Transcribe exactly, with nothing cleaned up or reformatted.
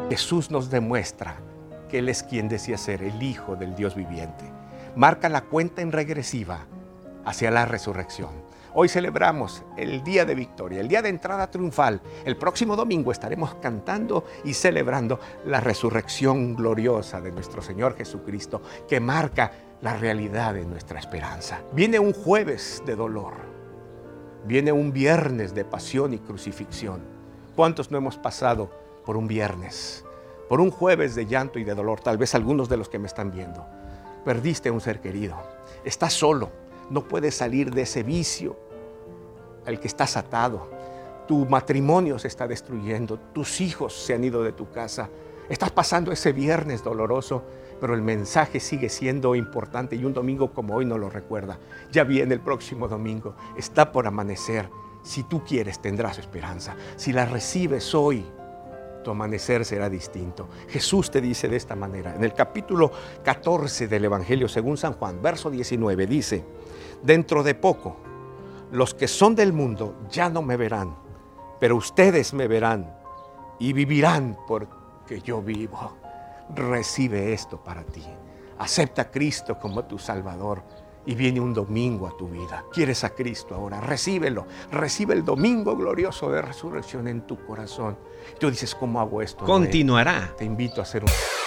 Jesús nos demuestra que Él es quien decía ser el Hijo del Dios viviente. Marca la cuenta en regresiva hacia la resurrección. Hoy celebramos el día de victoria, el día de entrada triunfal. El próximo domingo estaremos cantando y celebrando la resurrección gloriosa de nuestro Señor Jesucristo, que marca la realidad de nuestra esperanza. Viene un jueves de dolor, viene un viernes de pasión y crucifixión. ¿Cuántos no hemos pasado por un viernes, por un jueves de llanto y de dolor? Tal vez algunos de los que me están viendo. Perdiste a un ser querido, estás solo, no puedes salir de ese vicio al que estás atado. Tu matrimonio se está destruyendo, tus hijos se han ido de tu casa. Estás pasando ese viernes doloroso, pero el mensaje sigue siendo importante y un domingo como hoy no lo recuerda. Ya viene el próximo domingo, está por amanecer. Si tú quieres, tendrás esperanza. Si la recibes hoy, tu amanecer será distinto. Jesús te dice de esta manera, en el capítulo catorce del Evangelio según San Juan, verso diecinueve, dice: dentro de poco, los que son del mundo ya no me verán, pero ustedes me verán y vivirán porque yo vivo. Recibe esto para ti. Acepta a Cristo como tu Salvador y viene un domingo a tu vida. ¿Quieres a Cristo ahora? Recíbelo. Recibe el domingo glorioso de resurrección en tu corazón. Tú dices, ¿cómo hago esto? Continuará. Te invito a hacer un...